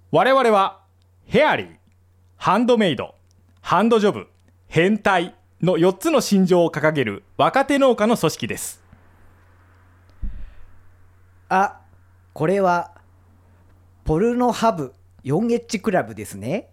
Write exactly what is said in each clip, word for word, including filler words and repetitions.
我々はヘアリー、ハンドメイド、ハンドジョブ、変態のよっつの信条を掲げる若手農家の組織です。 あ、これはポルノハブ フォーエイチ クラブですね。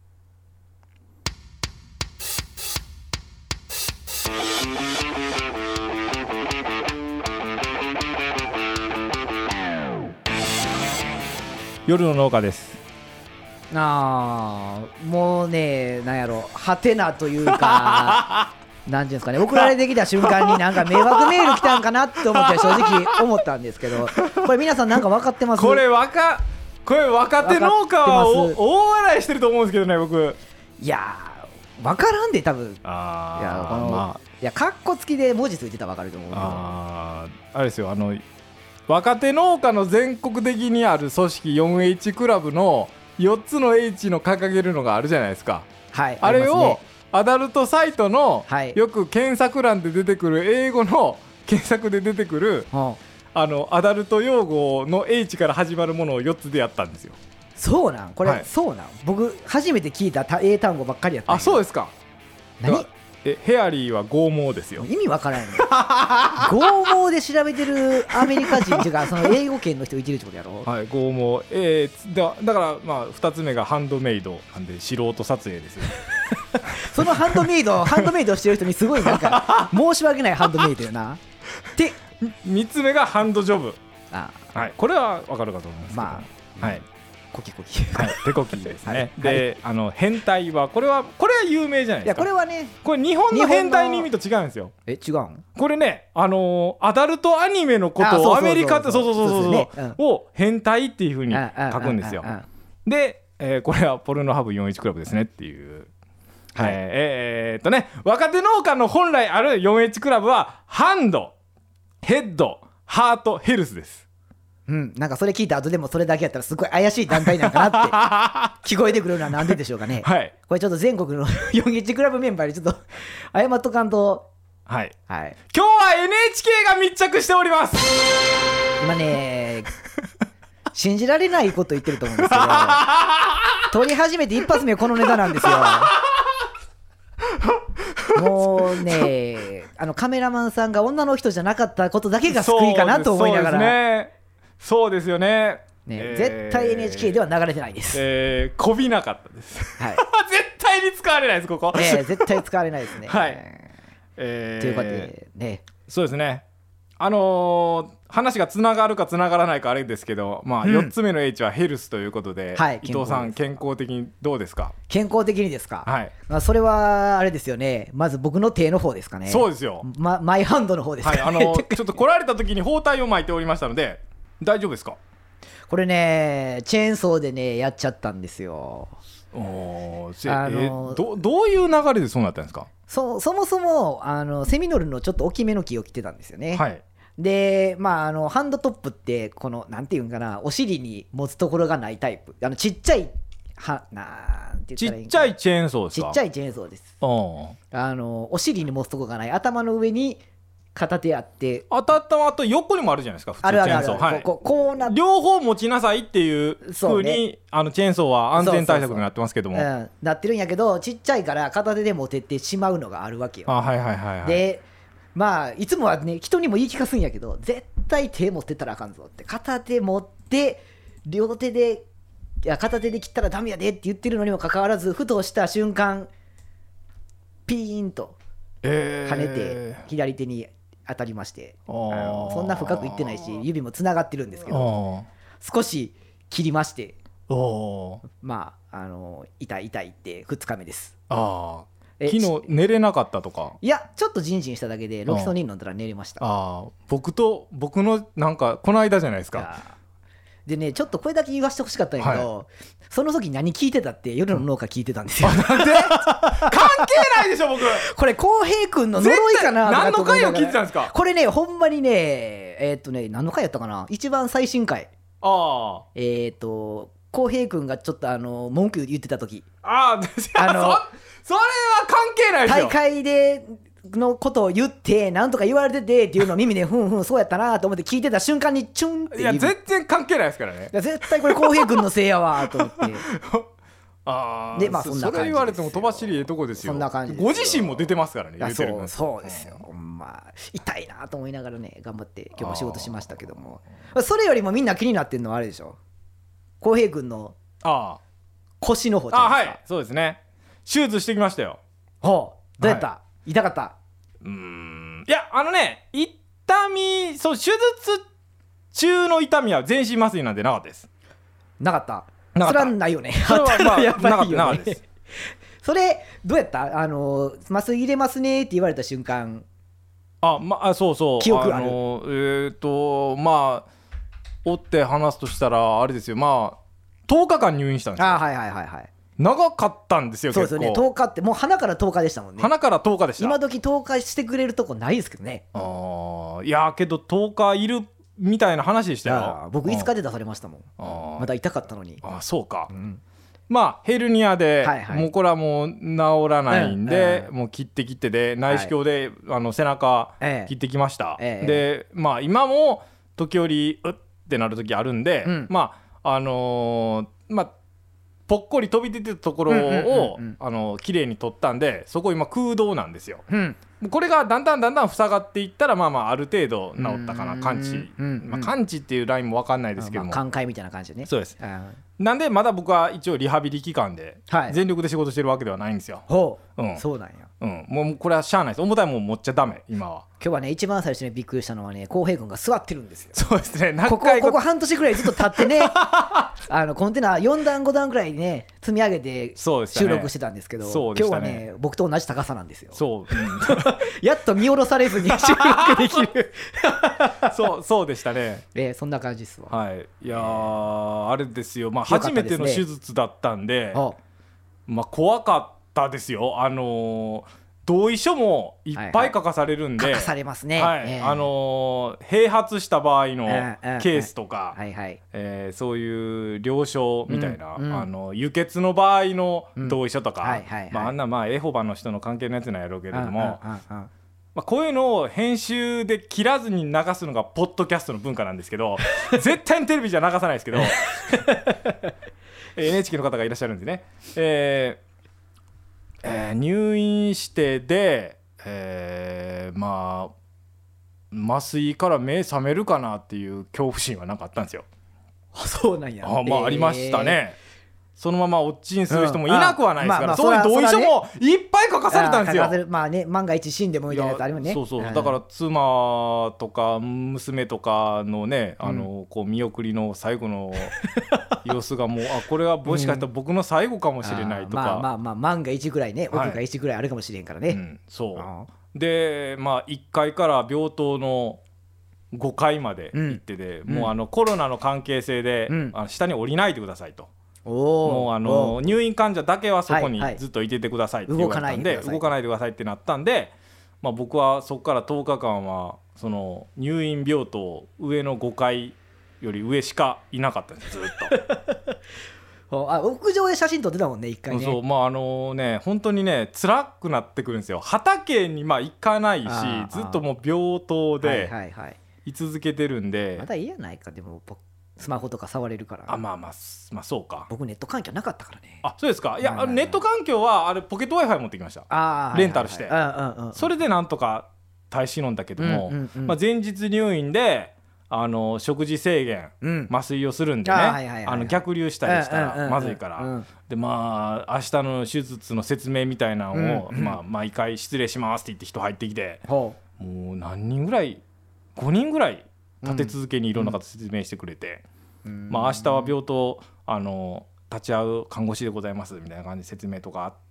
夜の農家です。 あー、もうね、なんやろ、はてなというかなんていうんですかね、送られてきた瞬間になんか迷惑メール来たんかなって思って正直思ったんですけど、これ皆さんなんか分かってます？ これ若これ若手農家は大笑いしてると思うんですけどね、僕。 いやー、分からんで多分。 あいや、この、 まあ、 いや、カッコ付きで文字ついてたら分かると思う。 ああれですよ、あの若手農家の全国的にある組織 フォーエイチ クラブのよっつの H の掲げるのがあるじゃないですか。 はい、 あれを、 ね、 アダルトサイトの、 はい、 よく検索欄で出てくる英語の検索で出てくる、はあ、あのアダルト用語の H から始まるものをよっつでやったんですよ。 そうなんこれ、はい、そうなん僕初めて聞いた英単語ばっかりやったんや。 あ、そうですか。 何？ えヘアリーは剛毛ですよ。 意味わからんよ剛毛で調べてるアメリカ人っていうかその英語圏の人いてるってことやろ。 はい、剛毛、えー、だ, だからまあふたつめがハンドメイドなんで素人撮影ですよそのハンドメイドハンドメイドしてる人にすごいなんか申し訳ないハンドメイドよなでみっつめがハンドジョブ。 ああ、はい、これはわかるかと思いますけど、まあ、はい、 コキコキ、 はい、手こきですね、はい、で、 はい、 あの変態はこれはこれは有名じゃないですか。 いやこれはね、 これ日本の変態の意味と違うんですよ。 え、違うんこれね、あのー、アダルトアニメのことをアメリカってそうそうそうそうそうを変態っていう風に書くんですよ。で、えー、これはポルノハブ フォーエイチ クラブですねっていう、はい、えー、えーっとね、若手農家の本来ある フォーエイチ クラブはハンド、ヘッド、ハート、ヘルスです。 うん、なんかそれ聞いた後でもそれだけやったらすごい怪しい団体なんかなって聞こえてくるのはなんででしょうかね。はい、これちょっと全国の フォーエイチ クラブメンバーにちょっと謝っとかんと。 はい、 はい、 今日は エヌエイチケー が密着しております。 今ね信じられないこと言ってると思うんですけど撮り始めて一発目このネタなんですよもうね、あのカメラマンさんが女の人じゃなかったことだけが救いかなと思いながら。 そうですよね。 ね、えー、絶対 エヌエイチケー では流れてないです。 えー、こびなかったです、はい、絶対に使われないですここ、 えー、絶対使われないですねはい、えー、 ということでね、 そうですね、あのー、話がつながるかつながらないかあれですけど、まあ、よっつめの H はヘルスということで、うん、はい、伊藤さん健康的にどうですか？ 健康的にですか？ はい、 まあ、それはあれですよね、まず僕の手の方ですかね。 そうですよ、 ま、マイハンドの方ですかね、 はい、あのー、ちょっと来られた時に包帯を巻いておりましたので大丈夫ですか？ これね、チェーンソーでねやっちゃったんですよ。 おー、あのー、ど, どういう流れでそうなったんですか？ そ, そもそもあのセミノルのちょっと大きめの木を切ってたんですよね。 はい、 で、まあ、あのハンドトップってこのなんていうんかな、お尻に持つところがないタイプ、あのちっちゃいはなんて言ったらいいんかな、 ちっちゃいチェーンソーですか？ ちっちゃいチェーンソーです。あのお尻に持つところがない、頭の上に片手あって、 頭と横にもあるじゃないですか普通チェーンソー。あるあるある、はい、こ, こうな両方持ちなさいっていう風に、ね、あのチェーンソーは安全対策になってますけども、 そうそうそう、うん、なってるんやけどちっちゃいから片手で持てってしまうのがあるわけよ。 あ、はいはいはいはい、でまあいつもはね人にも言い聞かすんやけど絶対手持ってったらあかんぞって、片手持って両手で、いや片手で切ったらダメやでって言ってるのにもかかわらず、ふとした瞬間ピーンと跳ねて左手に当たりまして、えー、あのそんな深くいってないし指もつながってるんですけど少し切りまして、まああの痛い痛いってふつかめです。 あ昨日寝れなかったとか？ いやちょっとジンジンしただけでロキソニン飲んだら寝れました。 ああ、僕と僕のなんかこの間じゃないですか。 でね、ちょっとこれだけ言わせてほしかったんやけど、はい、その時何聞いてたって夜の農家聞いてたんですよ。 なんで関係ないでしょ僕これ浩平君の呪いかなとか何の回を聞いてたんですか？ これねほんまにね、えー、っとね何の回やったかな、一番最新回。あえー、っと浩平君がちょっとあの文句言ってた時、 ああのそ, それは関係ないですよ。 大会でのことを言ってなんとか言われててっていうのを耳でふんふんそうやったなと思って聞いてた瞬間にチュンっていや全然関係ないですからね。 絶対これ浩平君のせいやわと思ってあでまあそんな感じですよ。 それ言われても飛ばしりええとこですよ。 そんな感じですよ。 ご自身も出てますからね。 そうそうですよ、ほんま痛いなと思いながらね頑張って今日も仕事しましたけども、それよりもみんな気になってるのはあれでしょ、浩平君の腰の方じゃないですか。 あはいそうですね、手術してきましたよ。 ほうどうやった、 は痛かった？ うーんいやあのね痛みそう手術中の痛みは全身麻酔なんでなかったです。 なかった。 なかった。 それはないよね。 それはまあやばいよね。 なかったなかったです。 それどうやった？あの麻酔入れますねって言われた瞬間。 あまあそうそう記憶ある。 あのえっ、ー、とまあ追って話すとしたらあれですよ、まあとおかかん入院したんですよ。 あはいはいはいはい。 長かったんですよ。 そうですよね。とおかってもう鼻からとおかでしたもんね。 鼻からとおかでした。 今時とおかしてくれるとこないですけどね。 あいやけどとおかいるみたいな話でしたよ。 僕いつかで出されましたもん。あまだ痛かったのに。 あそうか、うん、まあヘルニアで、はいはい、もうこれはもう治らないんで、うん、もう切って切ってで内視鏡で、はい、あの背中切ってきました、ええ、でまあ今も時折うってなる時あるんで、うん、まああのー、まあぽっこり飛び出てたところをあの綺麗に取ったんでそこ今空洞なんですよ、うん、これがだんだんだんだん塞がっていったらまあまあある程度治ったかな完治、まあ、完治っていうラインも分かんないですけども、 まあ、寛解みたいな感じでね。 そうです。なんでまだ僕は一応リハビリ期間で全力で仕事してるわけではないんですよ。 ほう、うん、そうなんや、 うん、もうこれはしゃあないです。重たいもん持っちゃダメ今は。 今日はね一番最初にびっくりしたのはね浩平君が座ってるんですよ。 そうですね。 ここここ半年ぐらいずっと立ってねあのコンテナよんだんごだんぐらいね積み上げて収録してたんですけど、ね、今日はね僕と同じ高さなんですよ。そう、うん、やっと見下ろされずに収録できるそうそうでしたね。 えー、そんな感じですわ。 はい。いやーあれですよ、まあ、初めての手術だったんで、まあ、怖かったですよ。あのー、同意書もいっぱい書かされるんで、 はいはい、書かされますね、 はいえー、あのー、併発した場合のケースとか、はいはいえー、そういう了承みたいな、うんうん、あの輸血の場合の同意書とか、うんはいはいはいまあ、あんなまあエホバの人の関係のやつなんやろうけれども、うんうんうんうんまあ、こういうのを編集で切らずに流すのがポッドキャストの文化なんですけど絶対にテレビじゃ流さないですけどエヌエイチケー の方がいらっしゃるんでね、えーえー、入院してで、えー、まあ麻酔から目覚めるかなっていう恐怖心はなかったんですよ。 あそうなんや。 あ、まあ、ありましたね、えーそのままおっちんする人もいなくはないですから、うんまあまあ、そういう同意書もいっぱい書かされたんですよ。 あまあね、万が一死んでもみたいなやつあるよね。 そうそう、うん、だから妻とか娘とかのね、あのこう見送りの最後の様子がもうあこれはもしかしたら僕の最後かもしれないとか、うん、まあまあまあ万が一ぐらいね、億が一ぐらいあるかもしれんからね、 はいうん、そうでまあいっかいから病棟のごかいまで行ってで、うん、もうあのコロナの関係性で、うん、あの下に降りないでくださいと。もうあの入院患者だけはそこにずっといててくださいって言われたんで、動かないでくださいってなったんで、まあ、僕はそこからとおかかんはその入院病棟上のごかいより上しかいなかったんですずっとあ屋上で写真撮ってたもんね一回ね。 そうまああのね本当にね辛くなってくるんですよ。畑にまあ行かないしずっともう病棟で居続けてるんで、 まだいいやないか。でも僕スマホとか触れるから。 あまあまあまあそうか。 僕ネット環境なかったからね。 あそうですか。いや、はいはいはい、ネット環境はあれポケット Wi-Fi 持ってきました。あレンタルして、はいはいはい、それでなんとか耐え忍んだけども、うんうんうんまあ、前日入院であの食事制限、うん、麻酔をするんでね、はいはいはいはい、あの逆流したりしたらまずいから、うんうんうん、でまあ明日の手術の説明みたいなのを、うんうんまあ、毎回失礼しますって言って人入ってきて、うん、もう何人ぐらいごにんぐらい立て続けにいろんな方説明してくれて、うんまあ、明日は病棟あの立ち会う看護師でございますみたいな感じで説明とかあって、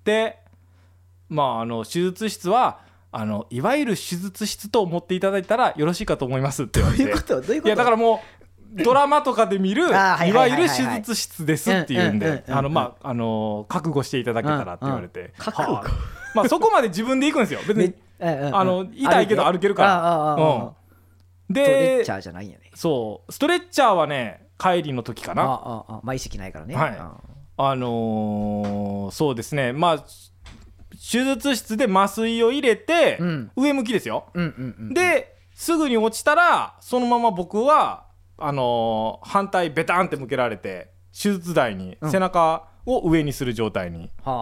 まあ、あの手術室はあのいわゆる手術室と思っていただいたらよろしいかと思いますって言われて、どういうことどういうこと？いやだからもうドラマとかで見るいわゆる手術室ですっていうんで覚悟していただけたらって言われて、うんうん、覚悟、はあまあ、そこまで自分で行くんですよ別にあの痛いけど歩けるからうんでストレッチャーじゃないんやね。 そうストレッチャーはね帰りの時かな。あああまあ意識ないからね、 はい、ああのー、そうですねまあ手術室で麻酔を入れて、 うん、 上向きですよ、 うんうんうん、 ですぐに落ちたらそのまま僕はあのー、反対ベタンって向けられて手術台に背中を上にする状態に、うん、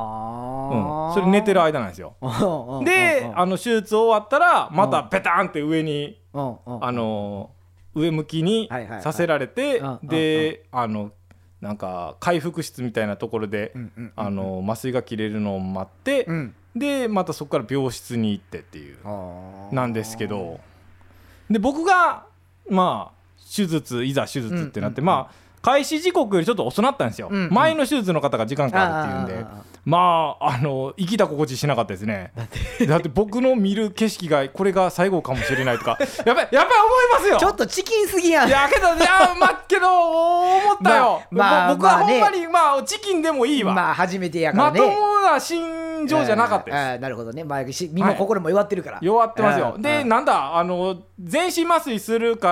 それ寝てる間なんですよであの手術終わったらまたベタンって上にあのー、上向きにさせられてであのなんか回復室みたいなところで、うんうんうんうん、あの麻酔が切れるのを待って、うん、でまたそこから病室に行ってっていうなんですけどで僕がまあ手術いざ手術ってなって、うんうんうん、まあ開始時刻よりちょっと遅なったんですよ、うんうん、前の手術の方が時間かかるっていうんでまああの生きた心地しなかったですねだって僕の見る景色がこれが最後かもしれないとかやっぱりやっぱり思いますよちょっとチキンすぎやんいやけどいやまあけど思ったよ、ままあ、僕はほんまに、まあね、まあチキンでもいいわまあ初めてやからねまともな心情じゃなかったです、 ああなるほどね、まあ、身も心も弱ってるから、 はい、弱ってますよでなんだあの全身麻酔するから、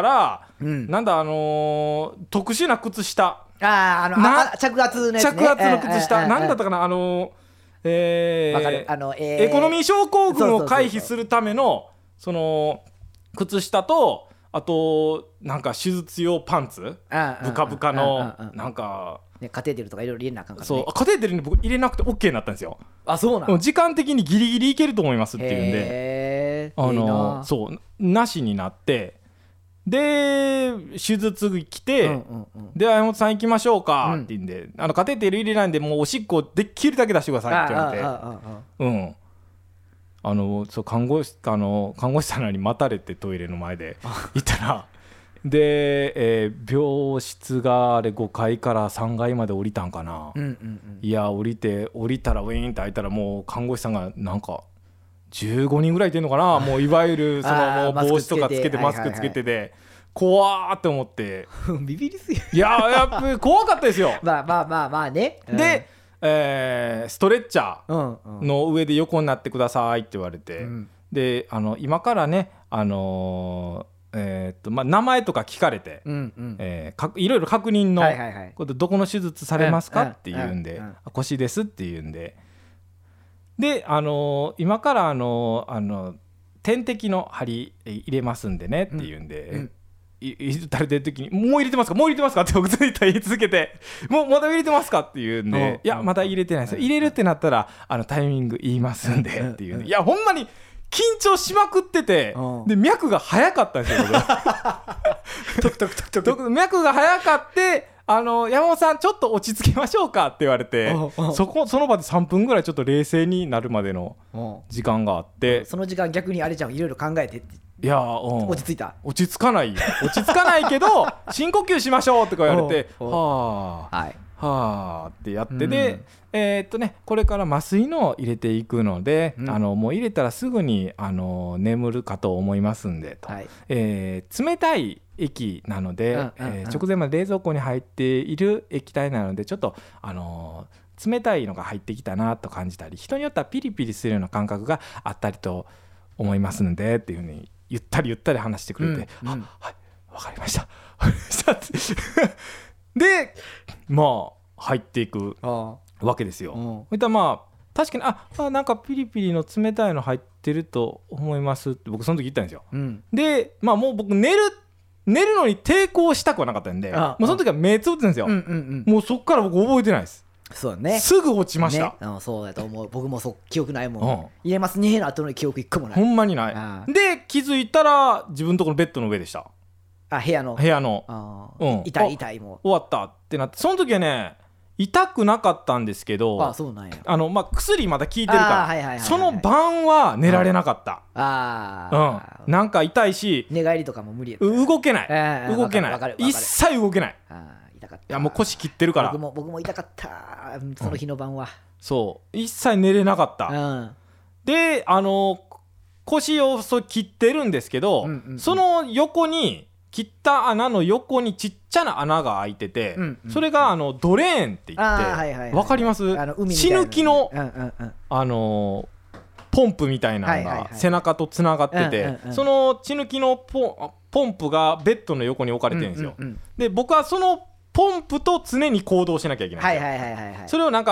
うん、なんだあのー、特殊な靴下ああのあ着圧のやつね着圧の靴下、えー、何だったかなあのーえー、 かるあの、えー、 エコノミー症候群を回避するためのその靴下とあとなんか手術用パンツブカブカのなんか、 ね、カテーテルとかいろいろ入れなあかんから、ね、 そうカテーテルに僕入れなくて OK になったんですよあそうなん時間的にギリギリいけると思いますっていうんでへあのー、そうなしになってで手術着て、うんうんうん、で山本さん行きましょうかって言うんで、うん、あのカテーテル入れないんでもうおしっこできるだけ出してくださいって言われてうんあのそう看護師あの看護師さんに待たれてトイレの前で行ったらで、えー、病室があれごかいからさんがいまで降りたんかな、うんうんうん、いや降りて降りたらウィーンって開いたらもう看護師さんがなんかじゅうごにんぐらいいてんのかなもういわゆるそのもう帽子とかつけてマスクつけてで、はいはいはい、怖ーって思ってビビりすぎいややっぱり怖かったですよまあまあまあまあね、 うん、で、えー、ストレッチャーの上で横になってくださいって言われて、うん、であの今からねあのーえーっとまあ、名前とか聞かれて、うんうんえー、かいろいろ確認の、はいはいはい、どこの手術されますか、うん、って言うんで、うんうん、腰ですって言うんでで、あのー、今から、あのー、あの点滴の針入れますんでねって言うんで、うんうん、い垂れてる時にもう入れてますかもう入れてますかって僕ずっと言い続けてもうまだ入れてますかって言うんで、いやまだ入れてないですよ入れるってなったらあのタイミング言いますんでって言うんで、いやほんまに緊張しまくってて、で脈が早かったんですよトクトクトクトク脈が早かってあの山本さんちょっと落ち着きましょうかって言われてそこその場でさんぷんぐらいちょっと冷静になるまでの時間があってその時間逆にあれじゃんいろいろ考えてっていや落ち着いた落ち着かない落ち着かないけど深呼吸しましょうとか言われてはあ、はい、はあってやって、うん、でえー、っとねこれから麻酔の入れていくので、うん、あのもう入れたらすぐにあの眠るかと思いますんでと、はいえー、冷たい液なので、うんうんうんえー、直前まで冷蔵庫に入っている液体なのでちょっとあのー、冷たいのが入ってきたなと感じたり人によってはピリピリするような感覚があったりと思いますのでっていうふうにゆったりゆったり話してくれて、うんうん、あはいわかりましたわかりましたってでまあ入っていくわけですよ。それとまあ確かに あ, あなんかピリピリの冷たいの入ってると思いますって僕その時言ったんですよ、うん、でまあもう僕寝る寝るのに抵抗したくはなかったんでもうその時は目つぶってるんですよ、うんうんうん、もうそっから僕覚えてないです。 そうだねすぐ落ちました、ね、 うん、そうだと思う僕もそう記憶ないもん、うん、入れますねの後の記憶一個もないほんまにないで気づいたら自分のところのベッドの上でした。 あ部屋の部屋のあ、 うん、痛い痛いもう終わったってなってその時はね痛くなかったんですけどあ, そうなんやあの、まあ、薬まだ効いてるから、はいはいはいはい、その晩は寝られなかった。 ああ、うん、なんか痛いし寝返りとかも無理やった動けない、えー、動けない一切動けない。あ痛かった。 いやもう腰切ってるから僕も僕も痛かったその日の晩は、うん、 そう一切寝れなかった、うん、であの腰をそう切ってるんですけど、うんうんうん、その横に切った穴の横にちっちゃな穴が開いてて、うんうん、それがあのドレーンって言って、はいはいはい、分かります？あの海みたいな、ね、血抜きの、うんうんうん、あのポンプみたいなのが背中とつながってて、はいはいはい、その血抜きの ポ, ポンプがベッドの横に置かれてるんですよ、うんうんうん、で僕はそのポンプと常に行動しなきゃいけないんですよ、はいはいはいはい、それをなんか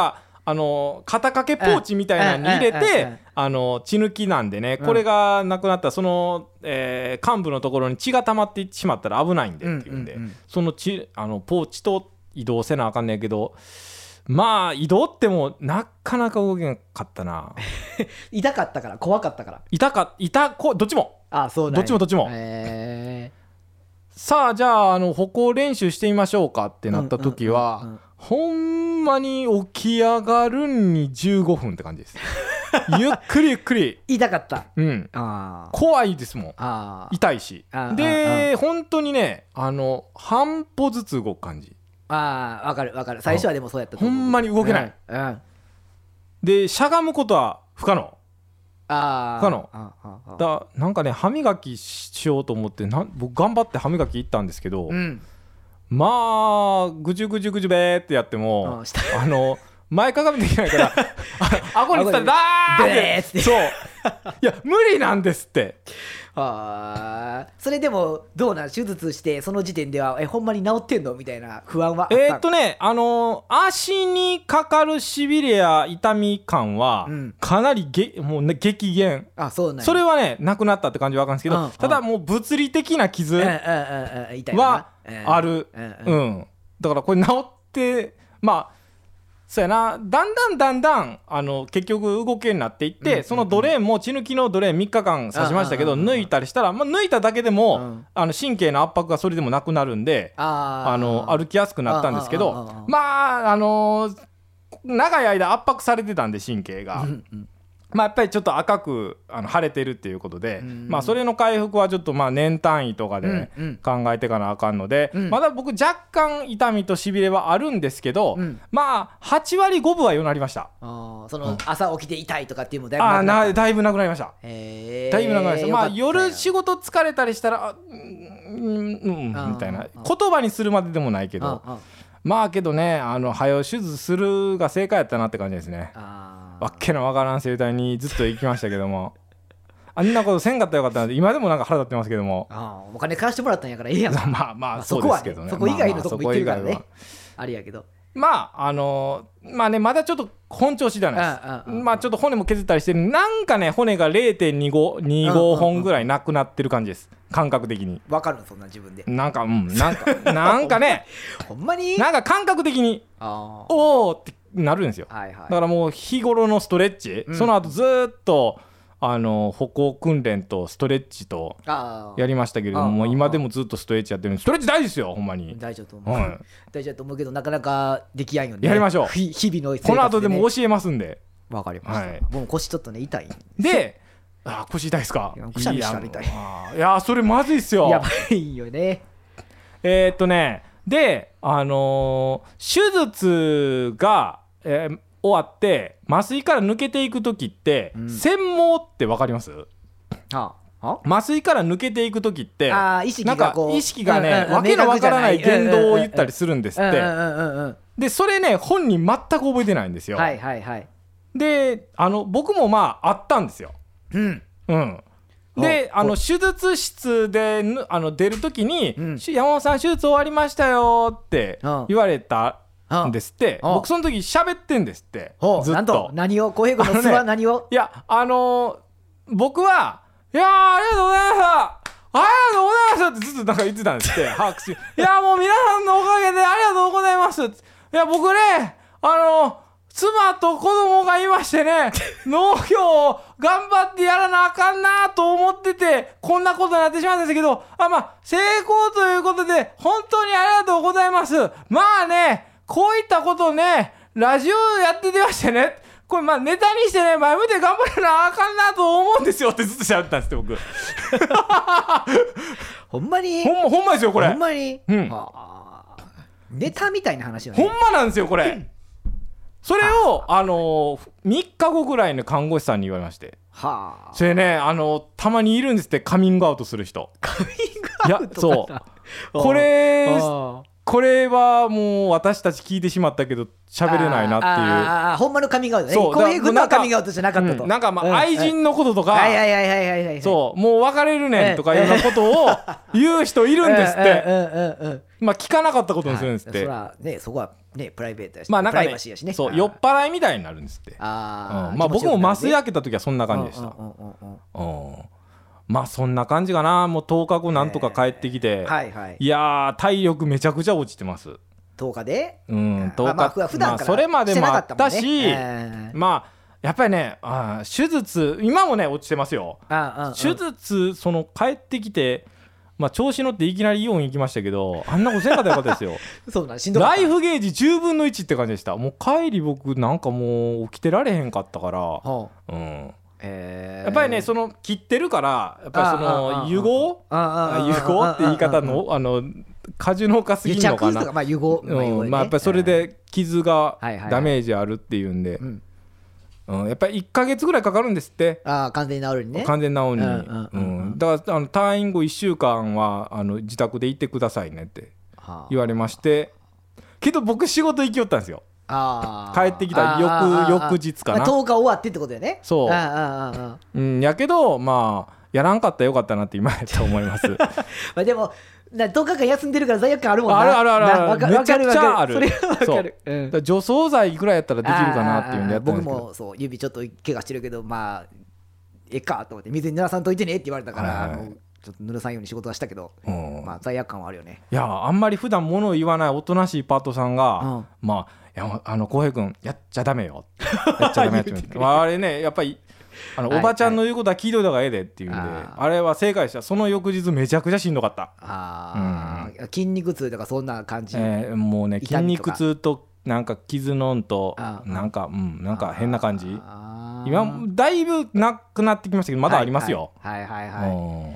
あの肩掛けポーチみたいなのに入れてあの血抜きなんでね、これがなくなったらその、えー、幹部のところに血が溜まってしまったら危ないんでっていうんで、うんうんうん、その血あのポーチと移動せなあかんねんけど、まあ移動ってもなかなか動けなかったな痛かったから怖かったから痛か痛こどっちもあそうなんやどっちもどっちも、 へーさあじゃあ、あの歩行練習してみましょうかってなった時は、うんうんうんうん、ほんまに起き上がるにじゅうごふんって感じですゆっくりゆっくり痛かった、 うん、あ怖いですもん、あ痛いしあで本当にねあの半歩ずつ動く感じ。 ああ分かる分かる最初はでもそうやったと思う。 ほんまに動けない、うんうん、でしゃがむことは不可能。 あ不可能ああだなんかね歯磨きしようと思ってな僕頑張って歯磨き行ったんですけど、うん、まあぐじゅぐじゅぐじゅべーってやってもあの前かがみできないから顎につったらダーってそういや無理なんですって。 あそれでもどうなん手術してその時点ではえほんまに治ってんのみたいな不安はあったえー、っとねあのー、足にかかるしびれや痛み感はかなりげ、うん、もう、ね、激減。 あそうなんや。 それはねなくなったって感じは分かるんですけど、うんうん、ただもう物理的な傷はある、うん、だからこれ治ってまあそうやなだんだんだんだんあの結局動けになっていって、うんうんうん、そのドレーンも血抜きのドレーンみっかかん刺しましたけど抜いたりしたら、まあ、抜いただけでも、うん、あの神経の圧迫がそれでもなくなるんでああの歩きやすくなったんですけどまああのー、長い間圧迫されてたんで神経が、うんうんまあ、やっぱりちょっと赤くあの腫れてるっていうことで、うんまあ、それの回復はちょっとまあ年単位とかで考えていかなあかんので、うんうん、まだ僕若干痛みとしびれはあるんですけど、うん、まあはちわりごぶはようになりました。 あその朝起きて痛いとかっていうのもだいぶなくなった。 あなだいぶなくなりました。へだいぶなくなりました。まあ夜仕事疲れたりしたらうん、うん、みたいな言葉にするまででもないけどまあけどねあの早う手術するが正解やったなって感じですね。あわっけのわからん整体にずっと行きましたけどもあんなことせんかったらよかったので今でもなんか腹立ってますけどもあお金貸してもらったんやからええやんまあまあそうですけどね、 そこはねそこ以外のとこも行ってるからね、まあまあ、あれやけどまああのー、まあねまだちょっと本調子ではないです。まあちょっと骨も削ったりしてるなんかね骨が れいてんにご にごほんぐらいなくなってる感じです。感覚的にわかるのそんな自分でなんかうんなんかなんかねほんまになんか感覚的にあおーってなるんですよ、はいはい、だからもう日頃のストレッチ、うん、その後ずっとあの歩行訓練とストレッチとやりましたけれども、もう今でもずっとストレッチやってるんでストレッチ大事ですよほんまに。 大事だと思う、はい、大事だと思うけどなかなかできやんよね。 やりましょう日々の生活で、ね、 この後でも教えますんで。 わかりました、はい、もう腰ちょっとね痛いであ腰痛いですか。 くしゃみしたみたい。 いやそれまずいっすよ。 やばいよね。 えー、っとねであのー、手術が、えー、終わって麻酔から抜けていく時って、うん、繊毛って分かります？ああ麻酔から抜けていく時ってあ意識がこうなんか意識がね、うんうん、わけのわからない言動を言ったりするんですって。でそれね本人全く覚えてないんですよ。 はいはいはい。 であの僕もまああったんですよ。うんうんであの手術室であの出る時に、うん、山本さん手術終わりましたよって言われたんですって。僕その時喋ってんですってずっと。 なんと何を浩平君の素は何を、 ね、いやあのー、僕はいやーありがとうございましたありがとうございますってずっとなんか言ってたんですって把握しいやもう皆さんのおかげでありがとうございます。いや僕ねあのー妻と子供がいましてね農業を頑張ってやらなあかんなと思っててこんなことになってしまうんですけどあまあ成功ということで本当にありがとうございます。まあねこういったことをねラジオやっててましてねこれまあネタにしてね前向いて頑張らなあかんなと思うんですよってずっと喋ってたんですって僕ほんまにほんまほんまですよこれほんまに、うん、ネタみたいな話よね。 ほんまなんですよこれそれをあのみっかごぐらいの看護師さんに言われまして、はあ、それねあのたまにいるんですってカミングアウトする人。 カミングアウトいやそうこれここれはもう私たち聞いてしまったけど喋れないなっていう。 ああほんまのカミングアウトね。浩平君のカミングアウトじゃなかったと。 うん、なんかまあ愛人のこととか、 はいはいはいはいはいはい、 そうもう別れるねんとかいうようなことを言う人いるんですって。まあ聞かなかったことにするんですって。 はい、そらねそこはねプライベートやし、 まあなんかね、 プライバシーやしね。 そう酔っ払いみたいになるんですって。あ、うん、まあ僕も麻酔開けた時はそんな感じでした。まあそんな感じかな。もうとおかごなんとか帰ってきて、はいはい、いやー体力めちゃくちゃ落ちてます。 とおかで、 うん、とおか、まあ、普段からそれまでもあったし、えー、まあやっぱりねあ手術今もね落ちてますよ。ああ手術その帰ってきて、まあ、調子乗っていきなりイオン行きましたけどあんなことせんかったらよかったですよ。 そうなんしんどかった。 ライフゲージじゅうぶんのいちって感じでした。もう帰り僕なんかもう起きてられへんかったから、はあ、うんえー、やっぱりねその切ってるからやっぱりその融合融合って言い方のあの果樹農家すぎるのかな。 癒着とかまあ融合、 うん、まあやっぱりそれで傷がダメージあるっていうんで、うんうん、やっぱりいっかげつぐらいかかるんですって。 ああ完全に治るにね。 完全に治るに、うんうんうん、だからあの退院後いっしゅうかんはあの自宅でいてくださいねって言われまして、けど僕仕事行きよったんですよ。あ帰ってきた 翌, 翌日かな、 まあ、とおか終わってってことだよね。 そうああああ、うん、やけどまあやらんかったらよかったなって今やと思います。まあでもなとおかかん休んでるから罪悪感あるもんな。 あるあるあるあるめちゃくちゃある。 それは分かる。 そう、うん、だ除草剤ぐらいやったらできるかなっていうんでやったんですけど、 僕もそう指ちょっと怪我してるけどまあええかと思って水に濡らさんといてねって言われたから、はいはい、もうちょっと濡らさんように仕事はしたけど、うん、まあ罪悪感はあるよね。 いやあんまり普段物を言わないおとなしいパートさんが、うん、まあいやあの浩平君やっちゃダメよやっちゃダメよって言うあれねやっぱりあの、はい、おばちゃんの言うことは聞いといた方がええでっていうんで、はい、あ, あれは正解でした。その翌日めちゃくちゃしんどかった。 あ、うん、筋肉痛とかそんな感じ、 えー、もうね筋肉痛となんか傷のんとなんかうんなんか変な感じ。今だいぶなくなってきましたけどまだありますよ。はいはいはい、はいはい、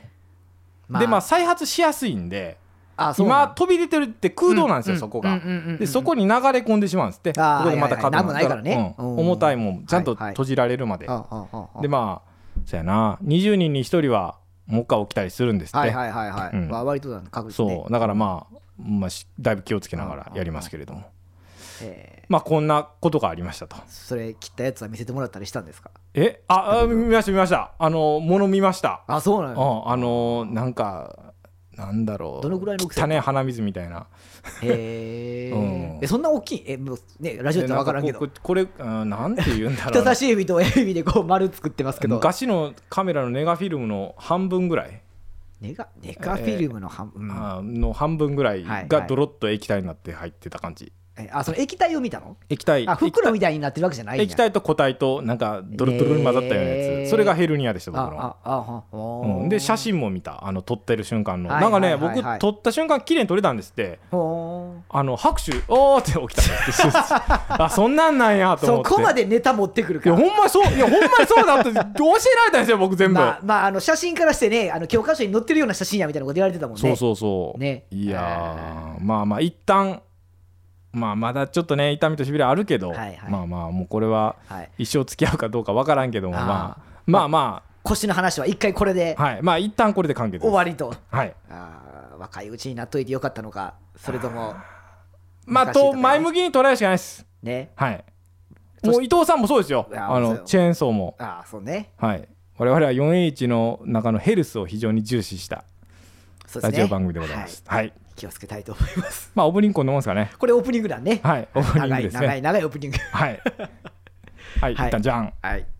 でまあ再発しやすいんでああ今飛び出てるって空洞なんですよ、うん、そこが、でそこに流れ込んでしまうんですって。あここでまた角もないからね、うん、重たいもんちゃんと閉じられるまで、はいはい、でまあそうやなにじゅうにんにひとりはもう一回起きたりするんですって。はいはいはいはい、うん、割とだね確実ね。そうだからまあ、まあ、だいぶ気をつけながらやりますけれども、まあこんなことがありましたと。 それ切ったやつは見せてもらったりしたんですか。 えああ見ました見ました。あの物見ました。 あそうなの、 うん、あのなんかなんだろうどのぐらいの大きさ。 種鼻水みたいな。 へ、うん、えそんな大きいえもうねラジオって分からんけどこ, これ、うん、なんて言うんだろう人差し指と親指でこう丸作ってますけど昔のカメラのネガフィルムの半分ぐらいネガ、ネガフィルムの半分、えー、の半分ぐらいがドロッと液体になって入ってた感じ、はいはい。 あその液体を見たの。 液体あ袋みたいになってるわけじゃないんや。 液体と固体となんかドロドロに混ざったようなやつ、えー、それがヘルニアでした僕の。あああ、うん、で写真も見たあの撮ってる瞬間の、はいはいはいはい、なんかね僕撮った瞬間綺麗に撮れたんですって。あの拍手おーって起きたんですあそんなんなんやと思って。 そこまでネタ持ってくるか。 いやほんまそういやほんまにそうだって教えられたんですよ僕全部。 まあ、まあ、あの写真からしてねあの教科書に載ってるような写真やみたいなこと言われてたもんね。 そうそうそう、ね、いやまあまあ一旦まあまだちょっとね痛みとしびれあるけど、はいはい、まあまあもうこれは一生付き合うかどうかわからんけども、はい、まあまあまあ腰の話は一回これで、 はい、まあ一旦これで完結です。 終わりと、 はい、 あ若いうちになっといてよかったのかそれともまあと前向きに捉えるしかないですね。はい、もう伊藤さんもそうですよあのチェーンソーも。 あそうね、 はい、我々は フォーエイチ の中のヘルスを非常に重視したラジオ番組でございます。はい、はい、 気をつけたいと思います。 まあオープニングこんなもんですかね。 これオープニングだね。 はい、オープニングですね。 長い長い長いオープニング。 はい。はい、一旦じゃん。 はい。